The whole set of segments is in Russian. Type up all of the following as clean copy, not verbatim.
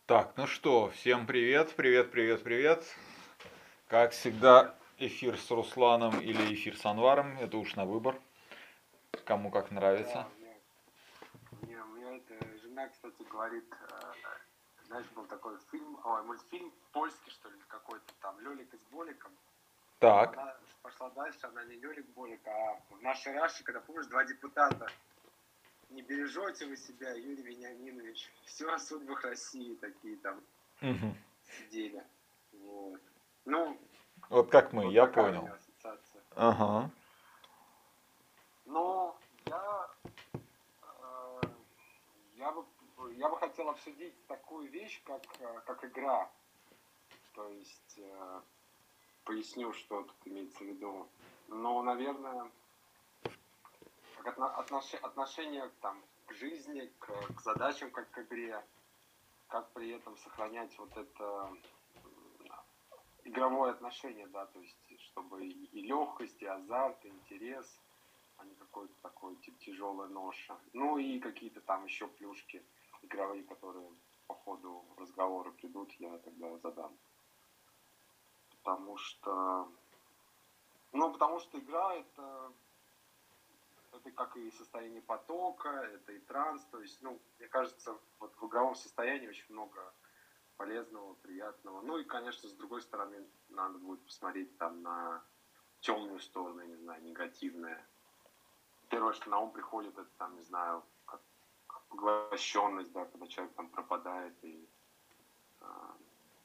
Так, ну что, всем привет, привет, привет, привет. Как Привет. всегда, эфир с Русланом или эфир с Анваром, это уж на выбор, кому как нравится. Да, у меня эта жена, кстати, говорит, знаешь, был такой фильм, мультфильм польский, что ли, какой-то там, Лёлик с Боликом. Но Так, она пошла дальше, она не Лёлик Болик, а в нашей Раше, когда, помнишь, два депутата, не бережете вы себя, Юрий Вениаминович, все о судьбах России такие там мгм. сидели. Вот. Ну, Вот как мы, вот я такая у понял. меня ассоциация. Ага, Но э, я бы хотел обсудить такую вещь, как игра. То есть поясню, что тут имеется в виду. Но, наверное, как отношение там, к жизни, к задачам, как к игре, как при этом сохранять вот это игровое отношение, да, то есть чтобы и легкость, и азарт, и интерес, а не какой-то такой тяжелая ноша. Ну и какие-то там еще плюшки игровые, которые по ходу разговора придут, я тогда задам. Потому что, потому что игра это как и состояние потока, это и транс. То есть, мне кажется, вот в игровом состоянии очень много полезного, приятного. Ну и, конечно, с другой стороны, надо будет посмотреть там на темную сторону, я не знаю, негативное. Первое, что на ум приходит, это там, не знаю, как поглощенность, да, когда человек там пропадает и, а,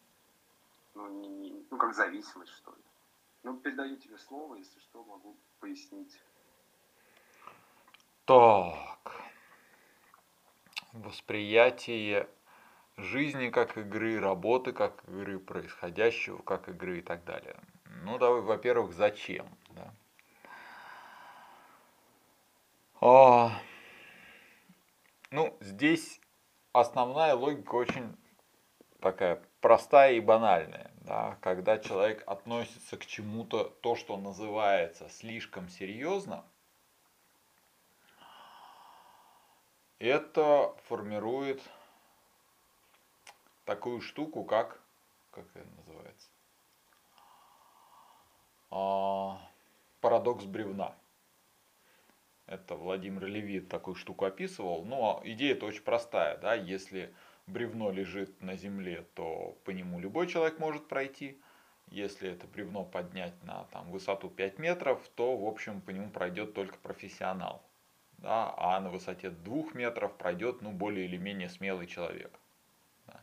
как зависимость, что ли. Ну, передаю тебе слово, если что, могу пояснить. так, восприятие жизни как игры, работы как игры, происходящего как игры и так далее. Ну, давай, во-первых, зачем, да? А, ну, здесь основная логика очень такая простая и банальная, да, когда человек относится к чему-то, то, что называется слишком серьезно, это формирует такую штуку, как это называется, парадокс бревна. Это Владимир Левит такую штуку описывал. Но идея-то очень простая, да, если бревно лежит на земле, то по нему любой человек может пройти. Если это бревно поднять на там, высоту 5 метров, то, в общем, по нему пройдет только профессионал. Да, а на высоте 2 метров пройдет ну, более или менее смелый человек. Да.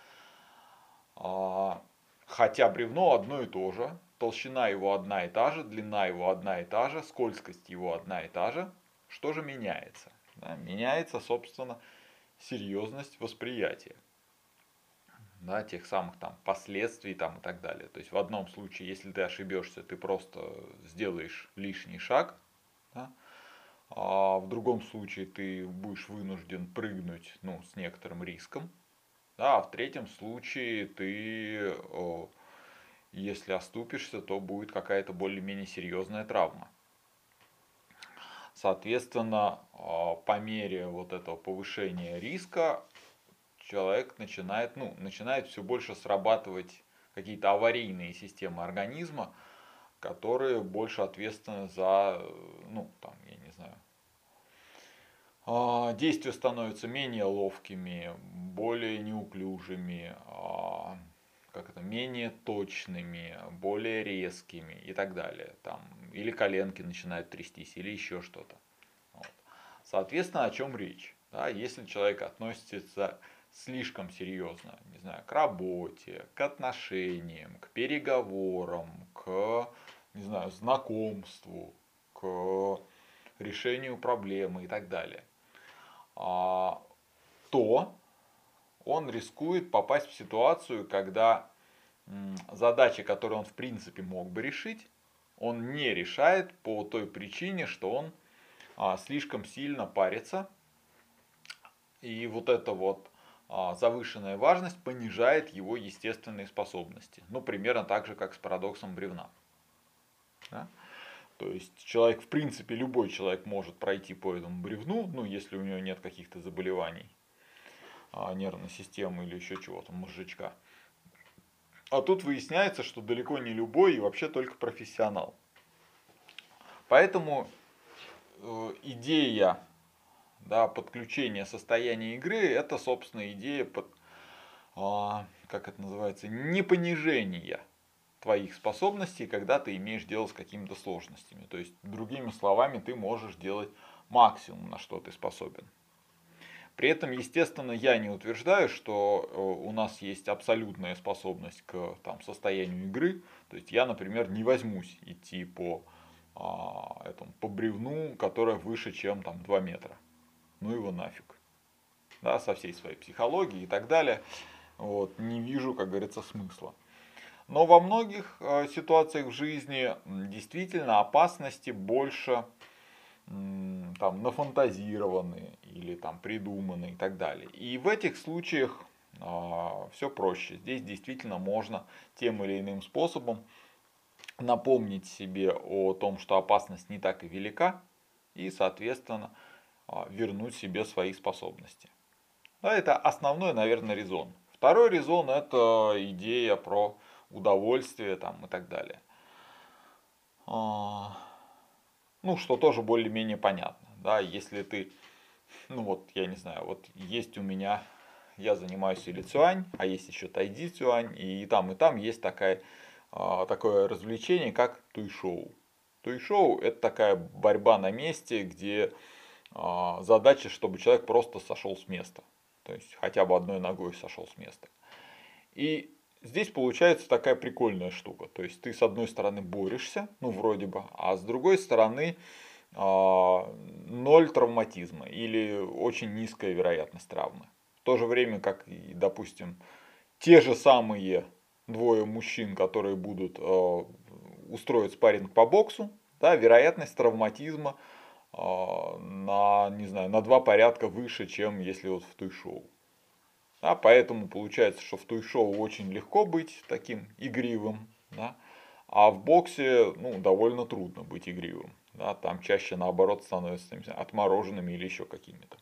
Хотя бревно одно и то же, толщина его одна и та же, длина его одна и та же, скользкость его одна и та же. Что же меняется? Да, меняется, собственно, серьезность восприятия, да, тех самых там последствий там, и так далее. То есть в одном случае, если ты ошибешься, ты просто сделаешь лишний шаг, да, а в другом случае ты будешь вынужден прыгнуть ну, с некоторым риском, да, а в третьем случае ты, если оступишься, то будет какая-то более-менее серьезная травма. Соответственно, по мере вот этого повышения риска человек начинает, ну, начинает все больше срабатывать какие-то аварийные системы организма, которые больше ответственны за, ну, там, я не знаю, действия становятся менее ловкими, более неуклюжими, как это, менее точными, более резкими и так далее. Там, или коленки начинают трястись, или еще что-то. Вот. Соответственно, о чем речь? Да, если человек относится слишком серьезно, не знаю, к работе, к отношениям, к переговорам, к, не знаю, знакомству, к решению проблемы и так далее, то он рискует попасть в ситуацию, когда задачи, которые он в принципе мог бы решить, он не решает по той причине, что он слишком сильно парится, и вот эта вот завышенная важность понижает его естественные способности. Ну, примерно так же, как с парадоксом бревна. Да? То есть человек, в принципе, любой человек может пройти по этому бревну, ну, если у него нет каких-то заболеваний. нервной системы или еще чего-то, мозжечка. А тут выясняется, что далеко не любой и вообще только профессионал. Поэтому идея, да, подключения состояния игры, это, собственно, идея как это называется, не понижения твоих способностей, когда ты имеешь дело с какими-то сложностями. То есть, другими словами, ты можешь делать максимум, на что ты способен. При этом, естественно, я не утверждаю, что у нас есть абсолютная способность к состоянию игры. То есть я, например, не возьмусь идти по бревну, которое выше, чем 2 метра. Ну его нафиг. Да, со всей своей психологией и так далее. Вот, не вижу, как говорится, смысла. Но во многих ситуациях в жизни действительно опасности больше нафантазированные или придуманные и так далее. И в этих случаях все проще. Здесь действительно можно тем или иным способом напомнить себе о том, что опасность не так и велика, и, соответственно, вернуть себе свои способности. Да, это основной, наверное, резон. Второй резон – это идея про удовольствие и так далее. Ну, что тоже более-менее понятно. Да, если ты, я не знаю, вот есть у меня, я занимаюсь или цюань, а есть еще тайди цюань, и там есть такое развлечение, как туй-шоу. Туй-шоу – это такая борьба на месте, где задача, чтобы человек просто сошел с места. То есть хотя бы одной ногой сошел с места. И здесь получается такая прикольная штука. То есть ты с одной стороны борешься, вроде бы, а с другой стороны ноль травматизма или очень низкая вероятность травмы. В то же время, как, допустим, те же самые двое мужчин, которые будут устроить спарринг по боксу, да, вероятность травматизма на 2 порядка выше, чем если вот в туй-шоу. Да, поэтому получается, что в туй-шоу очень легко быть таким игривым, да, а в боксе довольно трудно быть игривым. Да, там чаще наоборот становятся отмороженными или еще какими-то.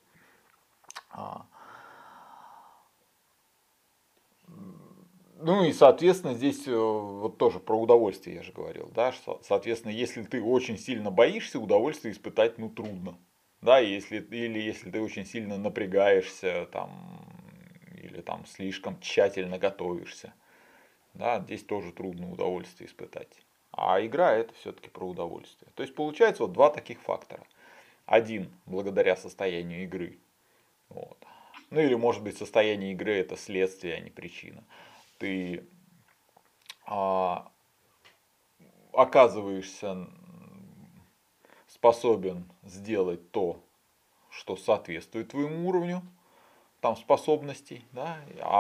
Ну и, соответственно, здесь вот тоже про удовольствие я же говорил, да, что, соответственно, если ты очень сильно боишься, удовольствие испытать, трудно, да, или если ты очень сильно напрягаешься, или слишком тщательно готовишься, да, здесь тоже трудно удовольствие испытать. А игра это все-таки про удовольствие. То есть получается вот 2 таких фактора. Один благодаря состоянию игры. Вот. Ну или может быть состояние игры это следствие, а не причина. Ты оказываешься способен сделать то, что соответствует твоему уровню способностей, да,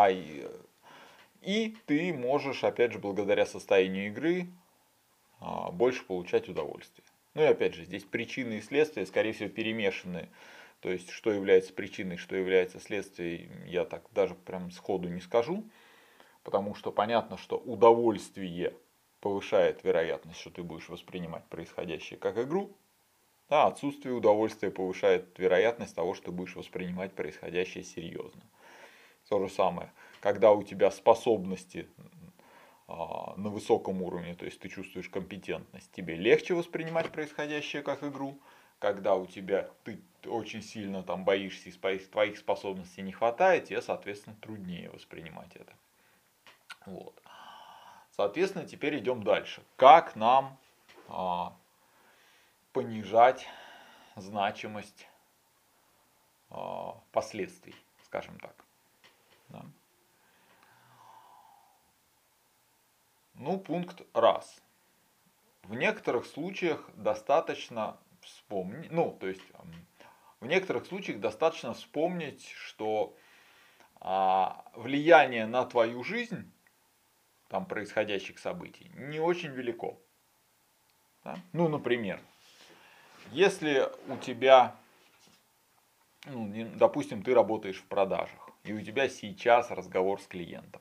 и ты можешь, опять же, благодаря состоянию игры больше получать удовольствие. Ну и опять же, здесь причины и следствия, скорее всего, перемешаны. То есть, что является причиной, что является следствием, я так даже прям сходу не скажу. Потому что понятно, что удовольствие повышает вероятность, что ты будешь воспринимать происходящее как игру. А отсутствие удовольствия повышает вероятность того, что ты будешь воспринимать происходящее серьезно. То же самое, когда у тебя способности на высоком уровне, то есть ты чувствуешь компетентность, тебе легче воспринимать происходящее как игру. Когда у тебя ты очень сильно боишься и твоих способностей не хватает, тебе, соответственно, труднее воспринимать это. Вот. Соответственно, теперь идем дальше. Как нам понижать значимость последствий, скажем так. Да. Ну, пункт раз. В некоторых случаях достаточно вспомнить, в некоторых случаях достаточно вспомнить, что влияние на твою жизнь происходящих событий не очень велико. Да? Ну, например, если у тебя, допустим, ты работаешь в продажах, и у тебя сейчас разговор с клиентом.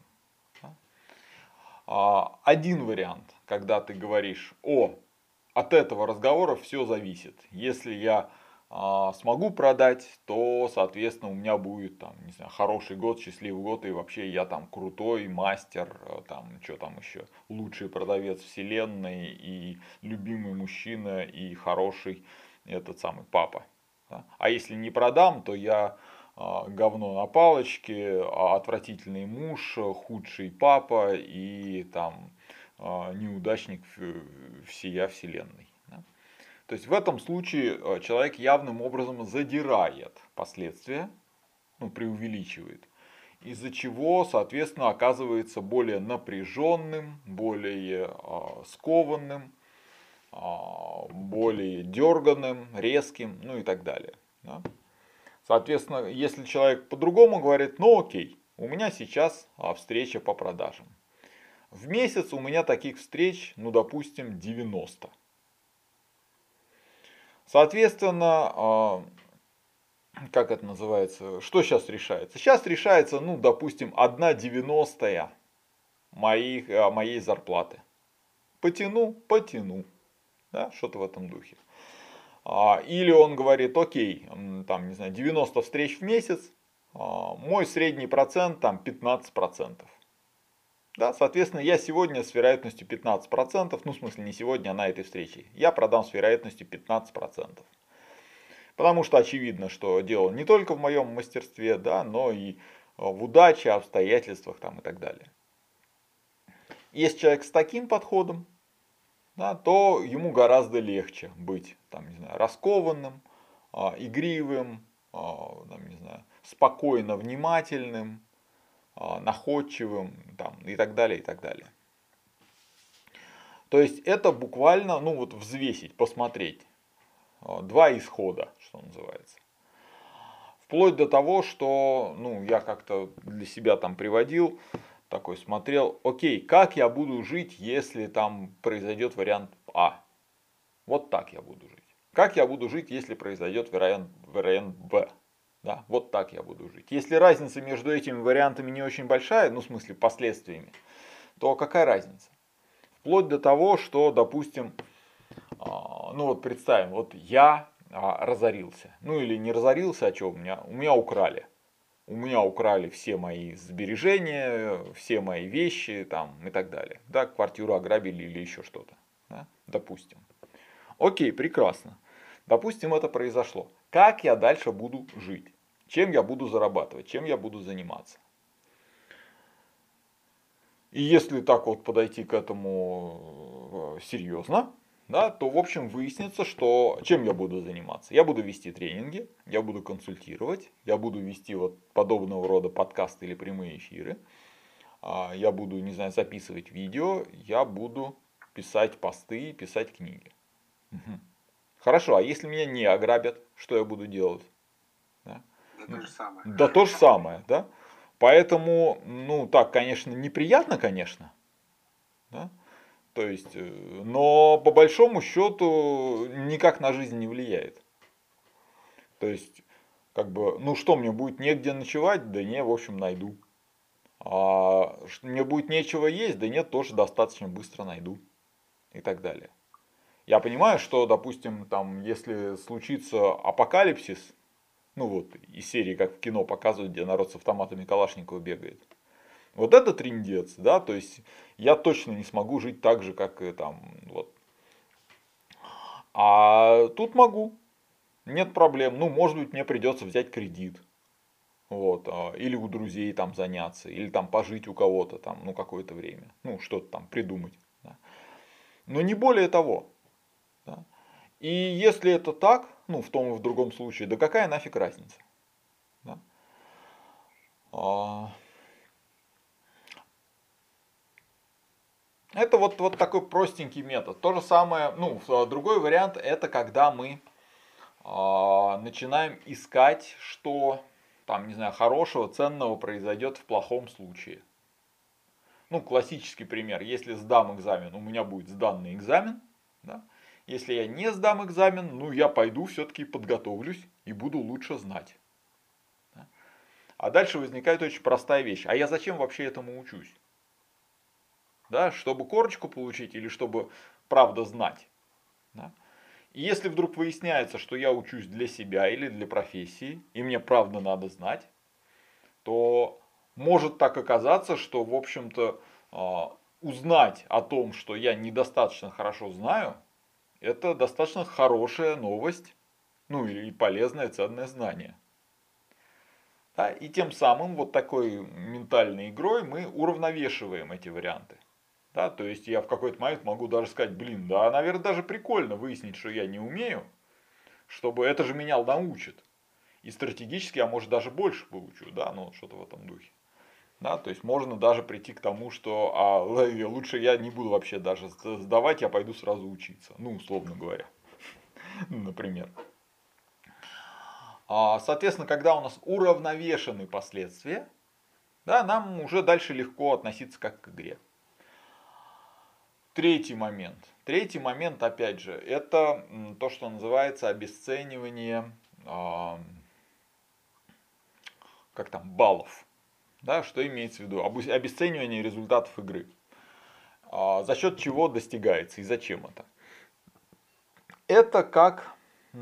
Да? Один вариант, когда ты говоришь, от этого разговора все зависит. Если я смогу продать, то, соответственно, у меня будет там, не знаю, хороший год, счастливый год, и вообще я там крутой мастер, там, что там еще, лучший продавец вселенной, и любимый мужчина, и хороший этот самый папа. Да? А если не продам, то я говно на палочке, отвратительный муж, худший папа и там неудачник всея вселенной. Да? То есть в этом случае человек явным образом задирает последствия, ну, преувеличивает, из-за чего, соответственно, оказывается более напряженным, более скованным, более дерганым, резким, ну и так далее. Да? Соответственно, если человек по-другому говорит, ну окей, у меня сейчас встреча по продажам. В месяц у меня таких встреч, ну допустим, 90. Соответственно, как это называется, что сейчас решается? Сейчас решается, ну допустим, 1/90 моей зарплаты. Потяну, потяну. Да, что-то в этом духе. Или он говорит, окей, там, не знаю, 90 встреч в месяц, мой средний процент там 15%. Да, соответственно, я сегодня с вероятностью 15%, ну в смысле не сегодня, а на этой встрече, я продам с вероятностью 15%. Потому что очевидно, что дело не только в моем мастерстве, да, но и в удаче, обстоятельствах там, и так далее. Если человек с таким подходом, да, то ему гораздо легче быть там, не знаю, раскованным, игривым, там, не знаю, спокойно внимательным, находчивым там, и так далее, и так далее. То есть это буквально, ну вот взвесить, посмотреть. Два исхода, что называется. Вплоть до того, что, ну, я как-то для себя там приводил, такой смотрел, окей, как я буду жить, если там произойдет вариант А. Вот так я буду жить. Как я буду жить, если произойдет вариант Б. Да, вот так я буду жить. Если разница между этими вариантами не очень большая, ну, в смысле, последствиями, то какая разница? Вплоть до того, что, допустим, ну вот представим, вот я разорился. Ну или не разорился, а что у меня украли. У меня украли все мои сбережения, все мои вещи там, и так далее. Да, квартиру ограбили или еще что-то. Да, допустим. Окей, прекрасно. Допустим, это произошло. Как я дальше буду жить? Чем я буду зарабатывать? Чем я буду заниматься? И если так вот подойти к этому серьезно, да, то в общем выяснится, что чем я буду заниматься. Я буду вести тренинги, я буду консультировать, я буду вести вот подобного рода подкасты или прямые эфиры, я буду, не знаю, записывать видео, я буду писать посты, писать книги. Угу. Хорошо, а если меня не ограбят, что я буду делать? Да, то же самое. Да то же самое, да. Поэтому, ну так, конечно, неприятно, конечно. Да? То есть, но по большому счету никак на жизнь не влияет. То есть, как бы, ну что, мне будет негде ночевать? Да не, в общем, найду. А мне будет нечего есть? Да нет, тоже достаточно быстро найду. И так далее. Я понимаю, что, допустим, там, если случится апокалипсис, ну вот, из серии, как в кино показывают, где народ с автоматами Калашникова бегает. Вот это триндец, да, то есть я точно не смогу жить так же, как и там, вот. А тут могу, нет проблем, ну, может быть, мне придется взять кредит, вот, или у друзей там заняться, или там пожить у кого-то там, ну, какое-то время, ну, что-то там придумать, да. Но не более того, да. И если это так, ну, в том и в другом случае, да какая нафиг разница, да? Это вот такой простенький метод. То же самое, ну, другой вариант, это когда мы начинаем искать, что там, не знаю, хорошего, ценного произойдет в плохом случае. Ну, классический пример. Если сдам экзамен, у меня будет сданный экзамен. Да? Если я не сдам экзамен, ну, я пойду все-таки подготовлюсь и буду лучше знать. Да? А дальше возникает очень простая вещь. А я зачем вообще этому учусь? Да, чтобы корочку получить или чтобы правда знать. Да? И если вдруг выясняется, что я учусь для себя или для профессии, и мне правда надо знать, то может так оказаться, что, в общем-то, узнать о том, что я недостаточно хорошо знаю, это достаточно хорошая новость, ну и полезное, ценное знание. Да, и тем самым вот такой ментальной игрой мы уравновешиваем эти варианты. Да, то есть я в какой-то момент могу даже сказать, блин, да, наверное, даже прикольно выяснить, что я не умею, чтобы это же меня научит. И стратегически я, может, даже больше выучу, да, ну что-то в этом духе. Да, то есть можно даже прийти к тому, что лучше я не буду вообще даже сдавать, я пойду сразу учиться. Ну, условно говоря, например. Соответственно, когда у нас уравновешены последствия, да, нам уже дальше легко относиться как к игре. Третий момент. Третий момент, опять же, это то, что называется обесценивание как там, баллов. Да, что имеется в виду? Обесценивание результатов игры. За счет чего достигается и зачем это? Это как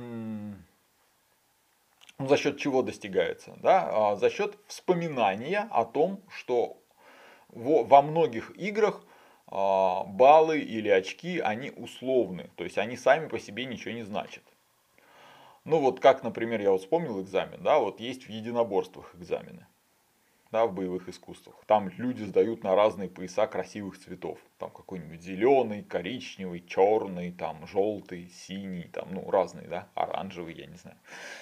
за счет чего достигается? Да? За счет вспоминания о том, что во многих играх баллы или очки, они условны. То есть они сами по себе ничего не значат. Ну вот как, например, я вот вспомнил экзамен, да, вот есть в единоборствах экзамены, да, в боевых искусствах. Там люди сдают на разные пояса красивых цветов. Там какой-нибудь зеленый, коричневый, черный, там желтый, синий, там, ну, разные, да, оранжевый, я не знаю.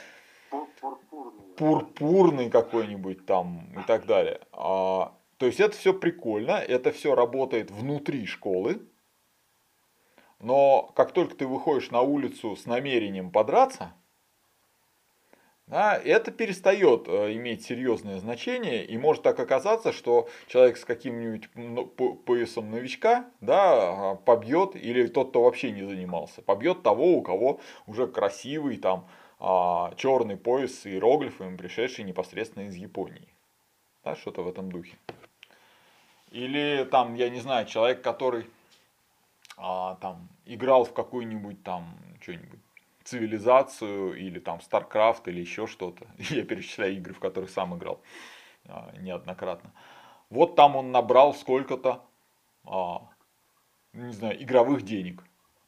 Пурпурный какой-нибудь там и так далее. То есть это все прикольно, это все работает внутри школы. Но как только ты выходишь на улицу с намерением подраться, да, это перестает иметь серьезное значение, и может так оказаться, что человек с каким-нибудь поясом новичка, да, побьет, или тот, кто вообще не занимался, побьет того, у кого уже красивый там черный пояс с иероглифами, пришедший непосредственно из Японии. Да, что-то в этом духе. Или там, я не знаю, человек, который там играл в какую-нибудь там что-нибудь цивилизацию или там StarCraft или еще что-то. Я перечисляю игры, в которых сам играл неоднократно. Вот там он набрал сколько-то, не знаю, игровых денег.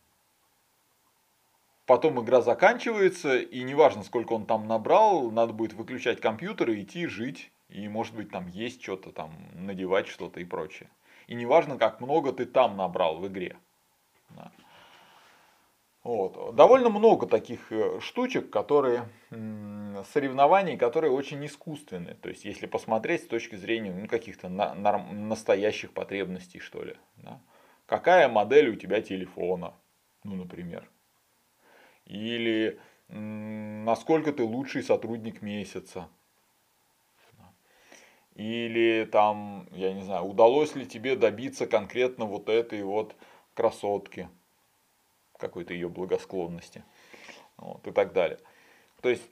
Потом игра заканчивается, и неважно, сколько он там набрал, надо будет выключать компьютер и идти жить. И, может быть, там есть что-то, там, надевать что-то и прочее. И неважно, как много ты там набрал в игре. Да. Вот. Довольно много таких штучек, которые, соревнований, которые очень искусственны. То есть, если посмотреть с точки зрения каких-то настоящих потребностей, что ли. Да? Какая модель у тебя телефона, ну, например. Или насколько ты лучший сотрудник месяца. Или там, я не знаю, удалось ли тебе добиться конкретно вот этой вот красотки, какой-то ее благосклонности, вот, и так далее. То есть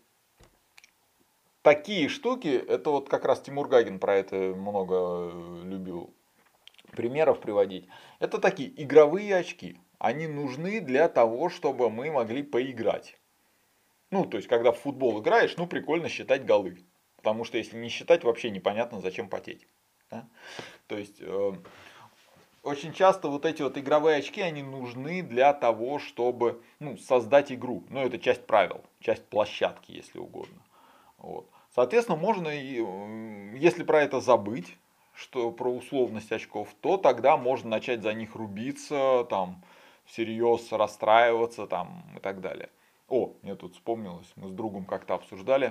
такие штуки, это вот как раз Тимур Гагин про это много любил примеров приводить. Это такие игровые очки. Они нужны для того, чтобы мы могли поиграть. Ну, то есть, когда в футбол играешь, ну, прикольно считать голы. Потому что если не считать, вообще непонятно, зачем потеть. Да? То есть, очень часто вот эти вот игровые очки, они нужны для того, чтобы создать игру. Ну, это часть правил, часть площадки, если угодно. Вот. Соответственно, можно, если про это забыть, что про условность очков, то тогда можно начать за них рубиться, там, всерьез расстраиваться там, и так далее. Мне тут вспомнилось, мы с другом как-то обсуждали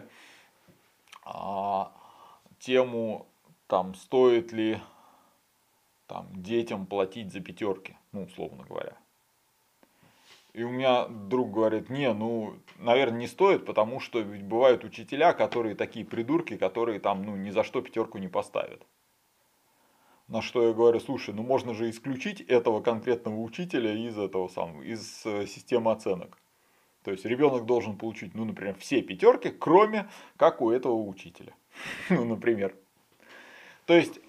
тему, там, стоит ли там, детям платить за пятерки, ну, условно говоря. И у меня друг говорит, наверное, не стоит, потому что ведь бывают учителя, которые такие придурки, которые там, ни за что пятерку не поставят. На что я говорю, слушай, можно же исключить этого конкретного учителя из системы оценок. То есть ребенок должен получить, например, все пятерки, кроме как у этого учителя. Например. То есть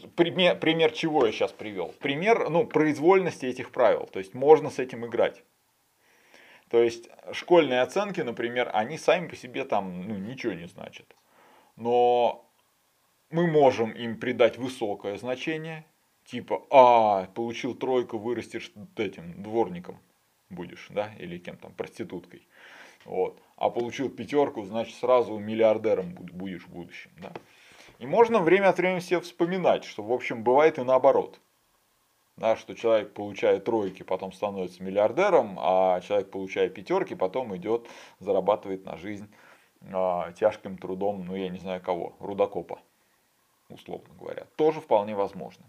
пример чего я сейчас привел? Пример произвольности этих правил. То есть можно с этим играть. То есть школьные оценки, например, они сами по себе там ничего не значат. Но мы можем им придать высокое значение, типа, получил тройку, вырастешь этим дворником будешь, да, или кем там, проституткой. Вот. А получил пятерку, значит сразу миллиардером будешь в будущем. Да? И можно время от времени себе вспоминать, что в общем бывает и наоборот. Да, что человек получает тройки, потом становится миллиардером, а человек получает пятерки, потом идет, зарабатывает на жизнь тяжким трудом, ну я не знаю кого, рудокопа, условно говоря. Тоже вполне возможно.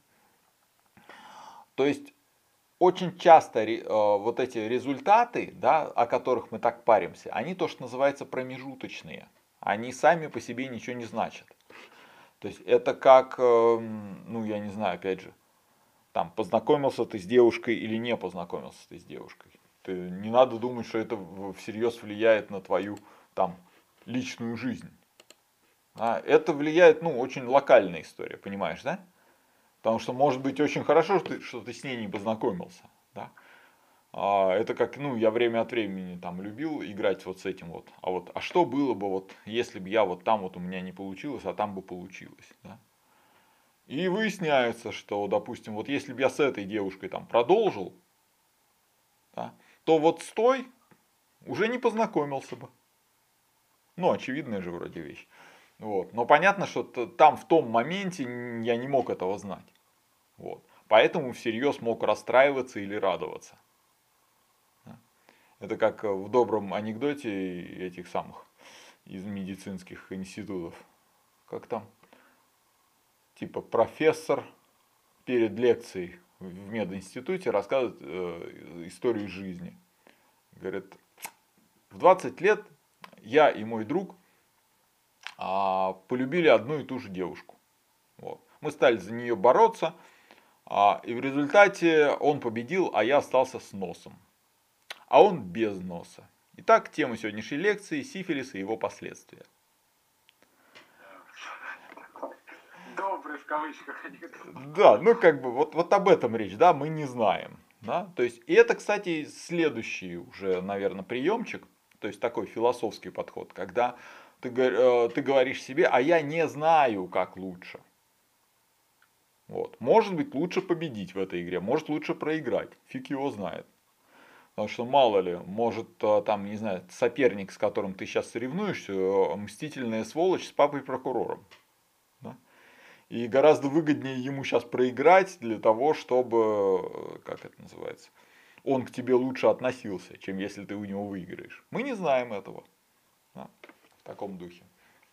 То есть очень часто вот эти результаты, да, о которых мы так паримся, они то, что называется промежуточные. Они сами по себе ничего не значат. То есть это как, ну я не знаю, опять же, там познакомился ты с девушкой или не познакомился ты с девушкой. Не надо думать, что это всерьез влияет на твою там личную жизнь. Это влияет, ну, очень локальная история, понимаешь, да? Потому что может быть очень хорошо, что ты с ней не познакомился. Да? Это как, ну, я время от времени там любил играть вот с этим вот. А что было бы вот, если бы я вот там вот у меня не получилось, а там бы получилось. Да? И выясняется, что, допустим, вот если бы я с этой девушкой там продолжил, да, то вот с той уже не познакомился бы. Ну, очевидная же вроде вещь. Вот. Но понятно, что там в том моменте я не мог этого знать. Вот. Поэтому всерьез мог расстраиваться или радоваться. Это как в добром анекдоте этих самых из медицинских институтов. Как там? Типа профессор перед лекцией в мединституте рассказывает историю жизни. Говорит, в 20 лет я и мой друг полюбили одну и ту же девушку. Вот. Мы стали за нее бороться, и в результате он победил, а я остался с носом. А он без носа. Итак, тема сегодняшней лекции – сифилис и его последствия. Добрый в кавычках анекдот. Да, ну как бы вот об этом речь, да, мы не знаем. Да? То есть, и это, кстати, следующий уже, наверное, приемчик, то есть такой философский подход, когда ты говоришь себе, а я не знаю, как лучше. Вот. Может быть, лучше победить в этой игре, может лучше проиграть, фиг его знает. Потому что мало ли, может там, не знаю, соперник, с которым ты сейчас соревнуешься, мстительная сволочь с папой-прокурором. Да? И гораздо выгоднее ему сейчас проиграть для того, чтобы, как это называется, он к тебе лучше относился, чем если ты у него выиграешь. Мы не знаем этого. Да? В таком духе.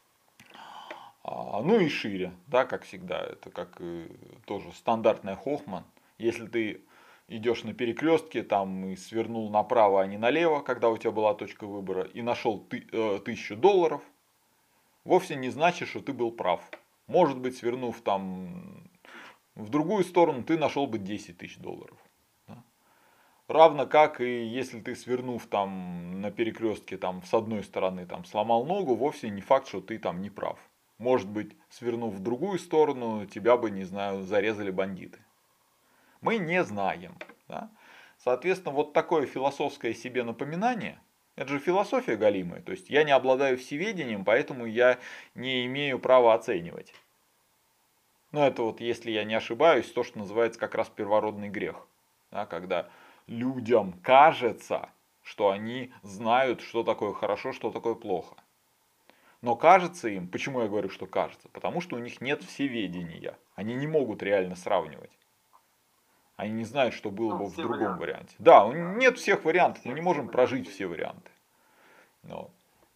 Ну и шире, да, как всегда, это как тоже стандартная хохма. Если ты идешь на перекрестке, там и свернул направо, а не налево, когда у тебя была точка выбора, и нашел $1000, вовсе не значит, что ты был прав. Может быть, свернув там в другую сторону, ты нашел бы $10 000. Да? Равно как и если ты, свернув там на перекрестке там с одной стороны там сломал ногу, вовсе не факт, что ты там не прав. Может быть, свернув в другую сторону, тебя бы, не знаю, зарезали бандиты. Мы не знаем. Да? Соответственно, вот такое философское себе напоминание, это же философия галимая. То есть я не обладаю всеведением, поэтому я не имею права оценивать. Но это вот, если я не ошибаюсь, то, что называется как раз первородный грех. Да, когда людям кажется, что они знают, что такое хорошо, что такое плохо. Но кажется им, почему я говорю, что кажется? Потому что у них нет всеведения. Они не могут реально сравнивать. Они не знают, что было бы в другом варианте. Да, нет всех вариантов, мы не можем прожить все варианты. Вот.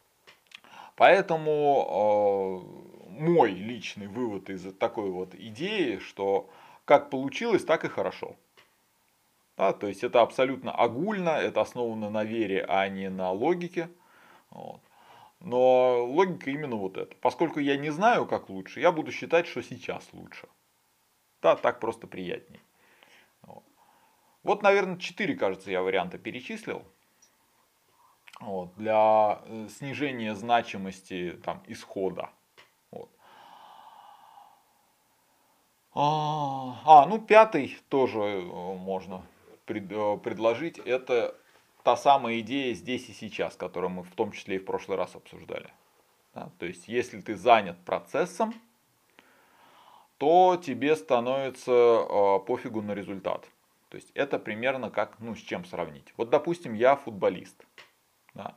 Поэтому мой личный вывод из такой вот идеи, что как получилось, так и хорошо. Да, то есть это абсолютно огульно, это основано на вере, а не на логике. Вот. Но логика именно вот эта. Поскольку я не знаю, как лучше, я буду считать, что сейчас лучше. Да, так просто приятнее. Вот, наверное, 4, кажется, я варианта перечислил. Вот, для снижения значимости там, исхода. Вот. Ну, 5 тоже можно предложить. Это та самая идея здесь и сейчас, которую мы в том числе и в прошлый раз обсуждали. Да? То есть, если ты занят процессом, то тебе становится пофигу на результат. То есть, это примерно как, ну, с чем сравнить. Вот, допустим, я футболист. Да.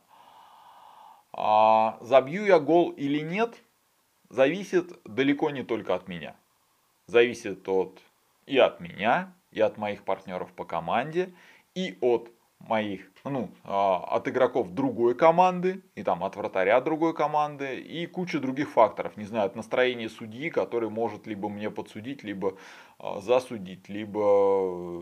Забью я гол или нет, зависит далеко не только от меня. Зависит и от меня, и от моих партнеров по команде, и от моих, от игроков другой команды, и там от вратаря другой команды, и куча других факторов. Не знаю, от настроения судьи, который может либо мне подсудить, либо засудить, либо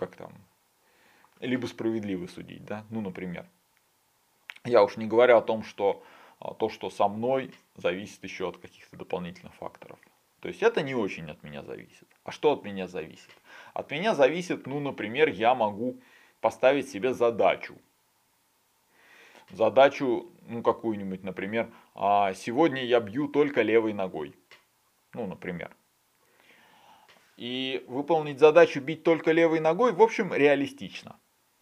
либо справедливо судить, да, ну, например. Я уж не говорю о том, что то, что со мной, зависит еще от каких-то дополнительных факторов. То есть это не очень от меня зависит. А что от меня зависит? От меня зависит, ну, например, я могу поставить себе задачу. Задачу, ну, какую-нибудь, например, сегодня я бью только левой ногой. Ну, например. И выполнить задачу бить только левой ногой, в общем, реалистично.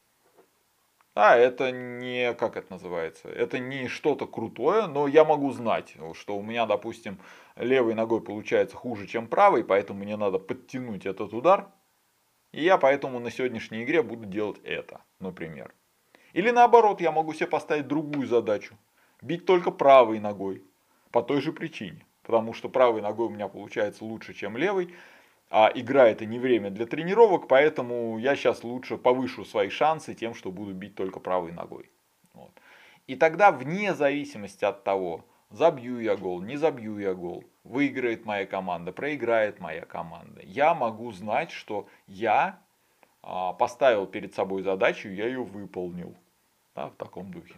Это не, как это называется, это не что-то крутое, но я могу знать, что у меня, допустим, левой ногой получается хуже, чем правой, поэтому мне надо подтянуть этот удар, и я поэтому на сегодняшней игре буду делать это, например. Или наоборот, я могу себе поставить другую задачу, бить только правой ногой, по той же причине, потому что правой ногой у меня получается лучше, чем левой, а игра это не время для тренировок, поэтому я сейчас лучше повышу свои шансы тем, что буду бить только правой ногой. Вот. И тогда вне зависимости от того, забью я гол, не забью я гол, выиграет моя команда, проиграет моя команда, я могу знать, что я поставил перед собой задачу, я ее выполнил. Да, в таком духе.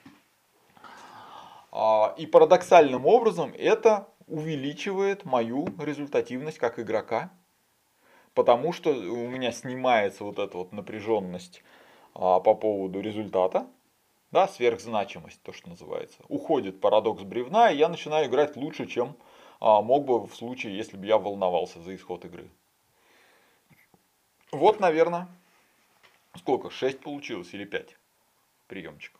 И парадоксальным образом это увеличивает мою результативность как игрока. Потому что у меня снимается вот эта вот напряженность по поводу результата, да, сверхзначимость, то, что называется. Уходит парадокс бревна, и я начинаю играть лучше, чем мог бы в случае, если бы я волновался за исход игры. Вот, наверное, сколько? 6 получилось или 5 приемчиков?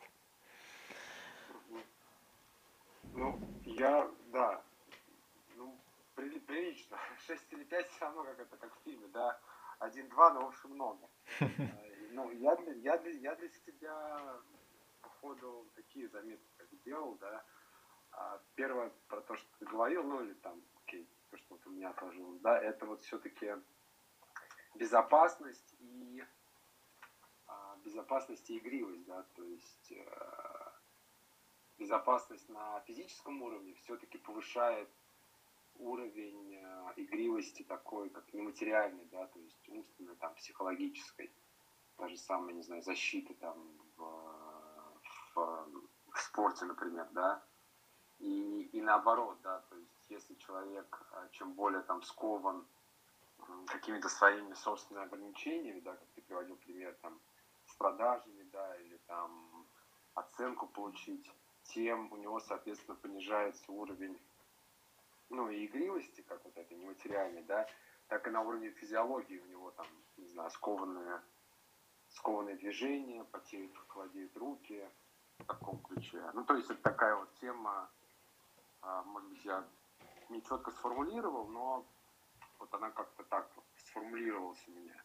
Ну, да, ну, прилично. 6 или 5 все равно как в фильме, да. 1-2, но в общем много. Ну, я для себя, походу, такие заметки как делал, да. Первое, про то, что ты говорил, ну, или там, окей, то, что вот у меня отложилось, да, это вот все-таки безопасность и игривость, да, то есть безопасность на физическом уровне все-таки повышает уровень игривости такой, как нематериальный, да, то есть умственной, там, психологической, та же самая, не знаю, защиты там в спорте, например, да, и наоборот, да, то есть если человек чем более там скован какими-то своими собственными ограничениями, да, как ты приводил пример там с продажами, да, или там оценку получить, тем у него, соответственно, понижается уровень, ну, и игривости, как вот это нематериальной, да, так и на уровне физиологии у него там, не знаю, скованные движения, потеют, холодеют руки, в таком ключе. Ну, то есть это такая вот тема, может быть, я не четко сформулировал, но вот она как-то так вот сформулировалась у меня.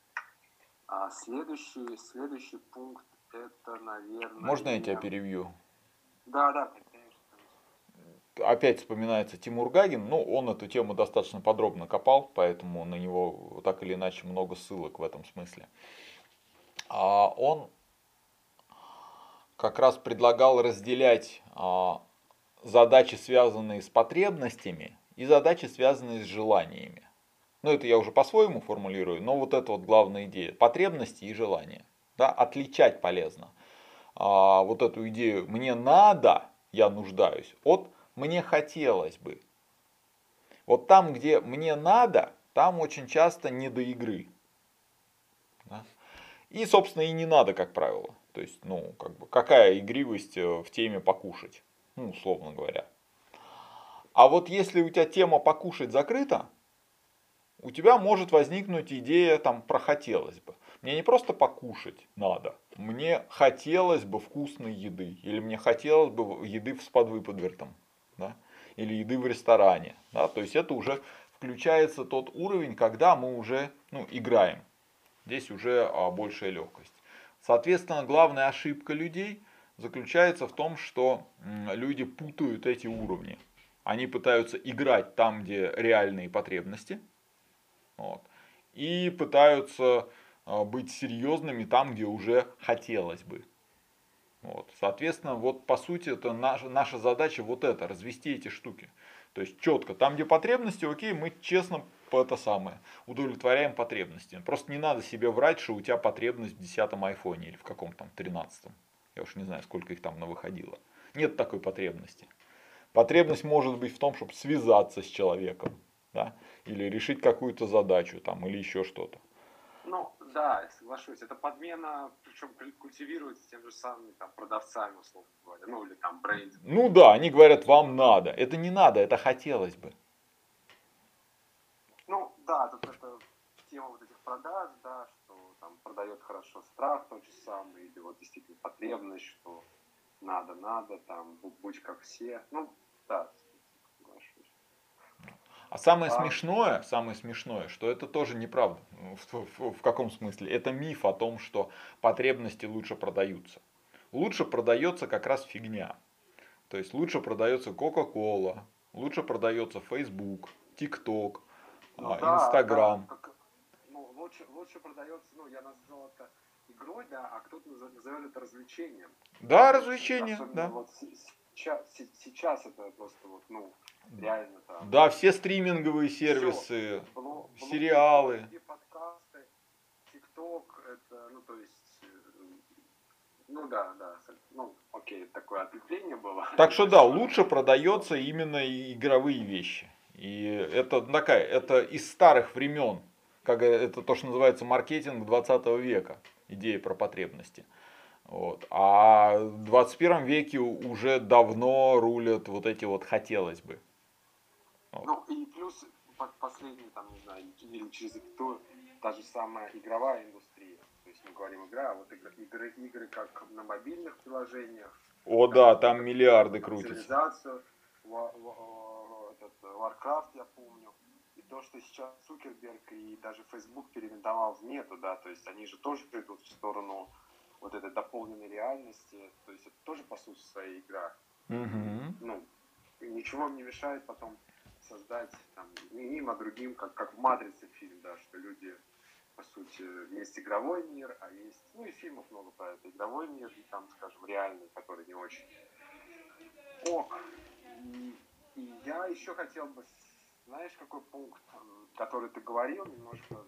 Следующий пункт, это, наверное... Можно я тебя перебью? Да, конечно. Опять вспоминается Тимур Гагин, ну, он эту тему достаточно подробно копал, поэтому на него так или иначе много ссылок в этом смысле. Он как раз предлагал разделять задачи, связанные с потребностями, и задачи, связанные с желаниями. Ну, это я уже по-своему формулирую, но вот это вот главная идея. Потребности и желания. Да, отличать полезно. Вот эту идею «мне надо», «я нуждаюсь» от «мне хотелось бы». Вот там, где «мне надо», там очень часто не до игры. Да? И, собственно, и не надо, как правило. То есть, ну, как бы, какая игривость в теме покушать, ну, условно говоря. А вот если у тебя тема покушать закрыта, у тебя может возникнуть идея там про хотелось бы. Мне не просто покушать надо, мне хотелось бы вкусной еды, или мне хотелось бы еды с подвыподвертом, да? Или еды в ресторане. Да? То есть это уже включается тот уровень, когда мы уже играем. Здесь уже большая легкость. Соответственно, главная ошибка людей заключается в том, что люди путают эти уровни. Они пытаются играть там, где реальные потребности, вот, и пытаются быть серьезными там, где уже хотелось бы. Вот. Соответственно, вот по сути это наша задача вот это, развести эти штуки. То есть четко, там где потребности, окей, мы честно по это самое, удовлетворяем потребности. Просто не надо себе врать, что у тебя потребность в 10-м айфоне или в каком там 13-м. Я уж не знаю, сколько их там навыходило. Нет такой потребности. Потребность может быть в том, чтобы связаться с человеком, да, или решить какую-то задачу там, или еще что-то. Ну, да, соглашусь. Это подмена, причем культивируется тем же самыми там, продавцами, условно говоря, ну или там брендинг. Ну да, они говорят, вам надо. Это не надо, это хотелось бы. Ну, да, тут это тема вот этих продаж, да, что там продает хорошо страх тот же самый, или вот действительно потребность, что надо, там, будь как все. Ну, да, соглашусь. А самое смешное, что это тоже неправда. В каком смысле? Это миф о том, что потребности лучше продаются. Лучше продается как раз фигня. То есть лучше продается Coca-Cola, лучше продается Facebook, TikTok, Ну да, да, Instagram. как, ну, лучше продается, ну, я назвал это игрой, да, а кто-то назовет это развлечением. Да, То есть, развлечения, особенно да. вот сейчас это просто вот, ну, реально там Да, все стриминговые все. сервисы, сериалы. Блоги, подкасты, ТикТок, это, ну, то есть, ну да, да, ну, окей, такое отвлечение было Так что да, небольшое. лучше продается именно игровые вещи. И это такая, это из старых времен, как это то, что называется маркетинг 20 века, идея про потребности. Вот. А в 21 веке уже давно рулят вот эти вот хотелось бы. Вот. Ну, и плюс последний, там, не знаю, или через запятую, та же самая игровая индустрия. То есть мы говорим игра, а вот игры как на мобильных приложениях, О как да, вот там эту миллиарды там, крутятся. цивилизацию, этот Warcraft, я помню. И то, что сейчас Цукерберг и даже Facebook переименовал в мету, да, то есть они же тоже идут в сторону вот этой дополненной реальности, то есть это тоже по сути своя игра. И, Угу. ну, ничего им не мешает потом создать там не им, а другим, как в «Матрице» фильм, да, что люди, по сути, есть игровой мир, а есть, ну и фильмов много про это, игровой мир, и там, скажем, реальный, который не очень ок. И я еще хотел бы, знаешь, какой пункт, который ты говорил, немножко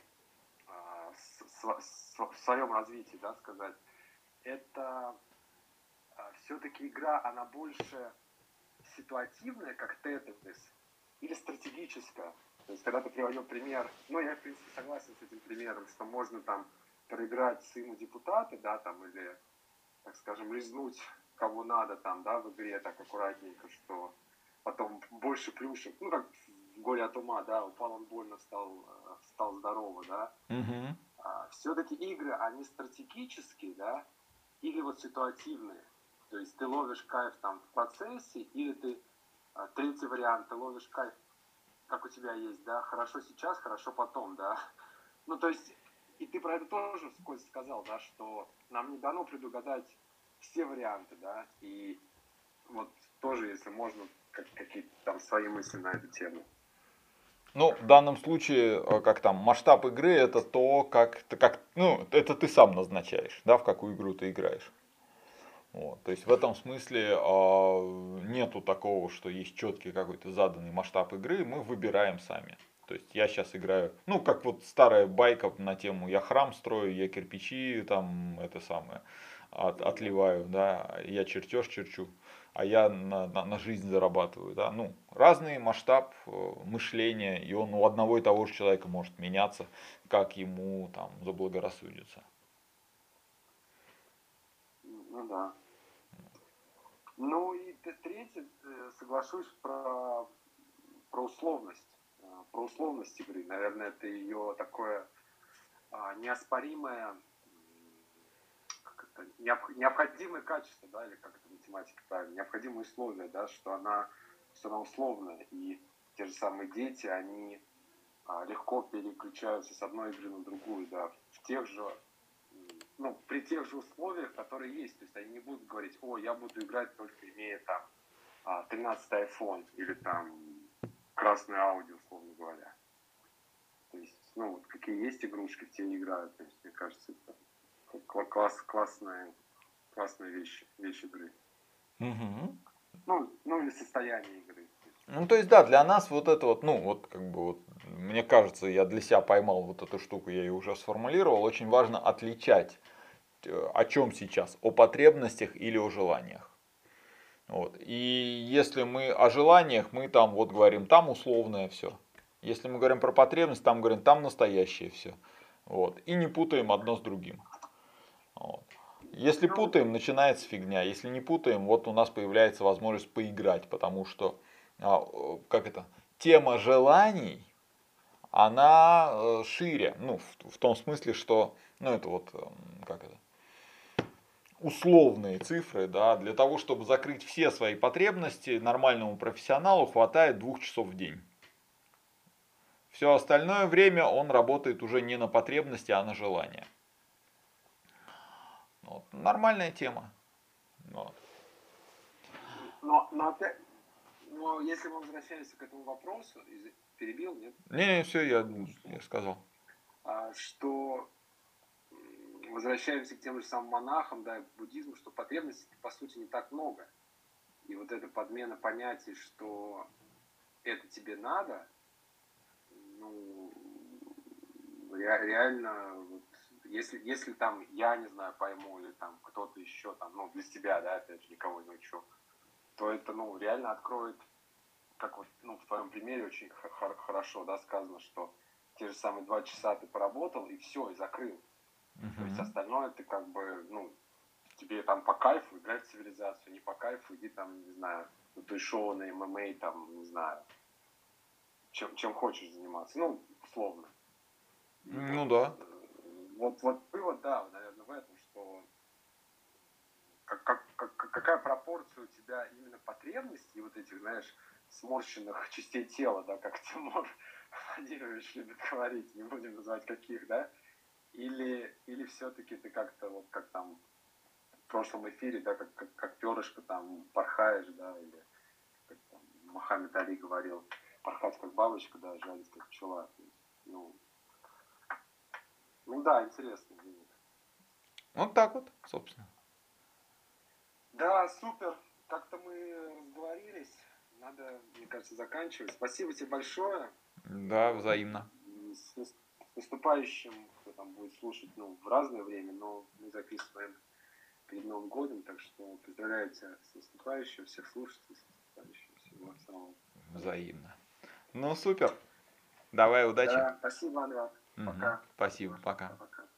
в своем развитии, да, сказать, это все-таки игра, она больше ситуативная, как Тетрис, или стратегическая. То есть, когда ты приводил пример, ну, я, в принципе, согласен с этим примером, что можно там проиграть сыну депутата, да, там, или, так скажем, лизнуть кого надо там, да, в игре так аккуратненько, что потом больше плюшек, ну, как в «Горе от ума», да, упал он больно, встал здорово, да. Угу. Все-таки игры, они стратегические, да, или вот ситуативные. То есть ты ловишь кайф там в процессе, или ты, третий вариант, ты ловишь кайф, как у тебя есть, да, хорошо сейчас, хорошо потом, да. Ну, то есть, и ты про это тоже вскользь сказал, да, что нам не дано предугадать все варианты, да, и вот тоже, если можно, какие-то там свои мысли на эту тему. Ну, в данном случае, как там, масштаб игры это то, ну, это ты сам назначаешь, да, в какую игру ты играешь. Вот, то есть в этом смысле нету такого, что есть четкий какой-то заданный масштаб игры, мы выбираем сами. То есть я сейчас играю, ну как вот старая байка на тему, я храм строю, я кирпичи там это самое отливаю, да, я чертеж черчу, а я на жизнь зарабатываю, да. Ну разный масштаб мышления, и он у одного и того же человека может меняться, как ему там заблагорассудится. Ну да. Ну и третье, соглашусь про условность. Про условность игры. Наверное, это ее такое неоспоримое, необходимое качество, да, или как это в математике правильно, необходимые условия, да, что она условная. И те же самые дети, они легко переключаются с одной игры на другую, да, в тех же, ну, при тех же условиях, которые есть. То есть они не будут говорить: о, я буду играть только имея там 13-й iPhone или там красный Audi, условно говоря. То есть, ну, вот какие есть игрушки, в те и играют. То есть, мне кажется, это классная вещь игры. Мгм. Ну, или состояние игры. Ну, то есть, да, для нас вот это вот, ну, вот как бы вот, мне кажется, я для себя поймал вот эту штуку, я ее уже сформулировал, очень важно отличать, о чем сейчас, о потребностях или о желаниях. Вот. И если мы о желаниях, мы там вот говорим, там условное все. Если мы говорим про потребность, там говорим, там настоящее все. Вот. И не путаем одно с другим. Вот. Если Ну, путаем, начинается фигня. Если не путаем, вот у нас появляется возможность поиграть, потому что как это, тема желаний, она шире, ну, в том смысле, что, ну, это вот, как это, условные цифры, да, для того, чтобы закрыть все свои потребности, нормальному профессионалу хватает 2 часов в день. Все остальное время он работает уже не на потребности, а на желание. Вот. Нормальная тема. Вот. но опять, но если мы возвращаемся к этому вопросу, перебил, нет? Не, все, Я думал, я сказал. что возвращаемся к тем же самым монахам, да, и к буддизму, что потребностей по сути не так много. И вот эта подмена понятий, что это тебе надо, ну, реально, вот, если там, я не знаю, пойму, или там кто-то еще там, ну, для себя, да, опять же, никого не учу, то это, ну, реально откроет, как вот, ну, в твоем примере очень хорошо, да, сказано, что те же самые 2 часа ты поработал, и все, и закрыл. То есть остальное ты как бы, ну, тебе там по кайфу играть в цивилизацию, не по кайфу иди там, не знаю, на той шоу, на ММА, там, не знаю, чем хочешь заниматься, ну, условно. И Ну да. вот вывод, да, наверное, в этом, что какая пропорция у тебя именно потребностей, вот этих, знаешь, сморщенных частей тела, да, как Тимур Владимирович любит говорить, не будем называть каких, да, или все-таки ты как-то вот как там в прошлом эфире, да, как перышко там порхаешь, да, или как там Мохаммед Али говорил, порхать как бабочка, да, жарить как пчела. То есть, ну да, интересно. Вот так вот, собственно. Да, супер. Как-то мы разговорились. Надо, мне кажется, заканчивать. Спасибо тебе большое. Да, взаимно. С наступающим, кто там будет слушать, ну, в разное время, но мы записываем перед Новым годом, так что поздравляю тебя с наступающим, всех слушателей с наступающим. Всего самого. Взаимно. Ну, супер. Давай, удачи. Да, спасибо, Андрей. Пока. Спасибо, пока. Пока.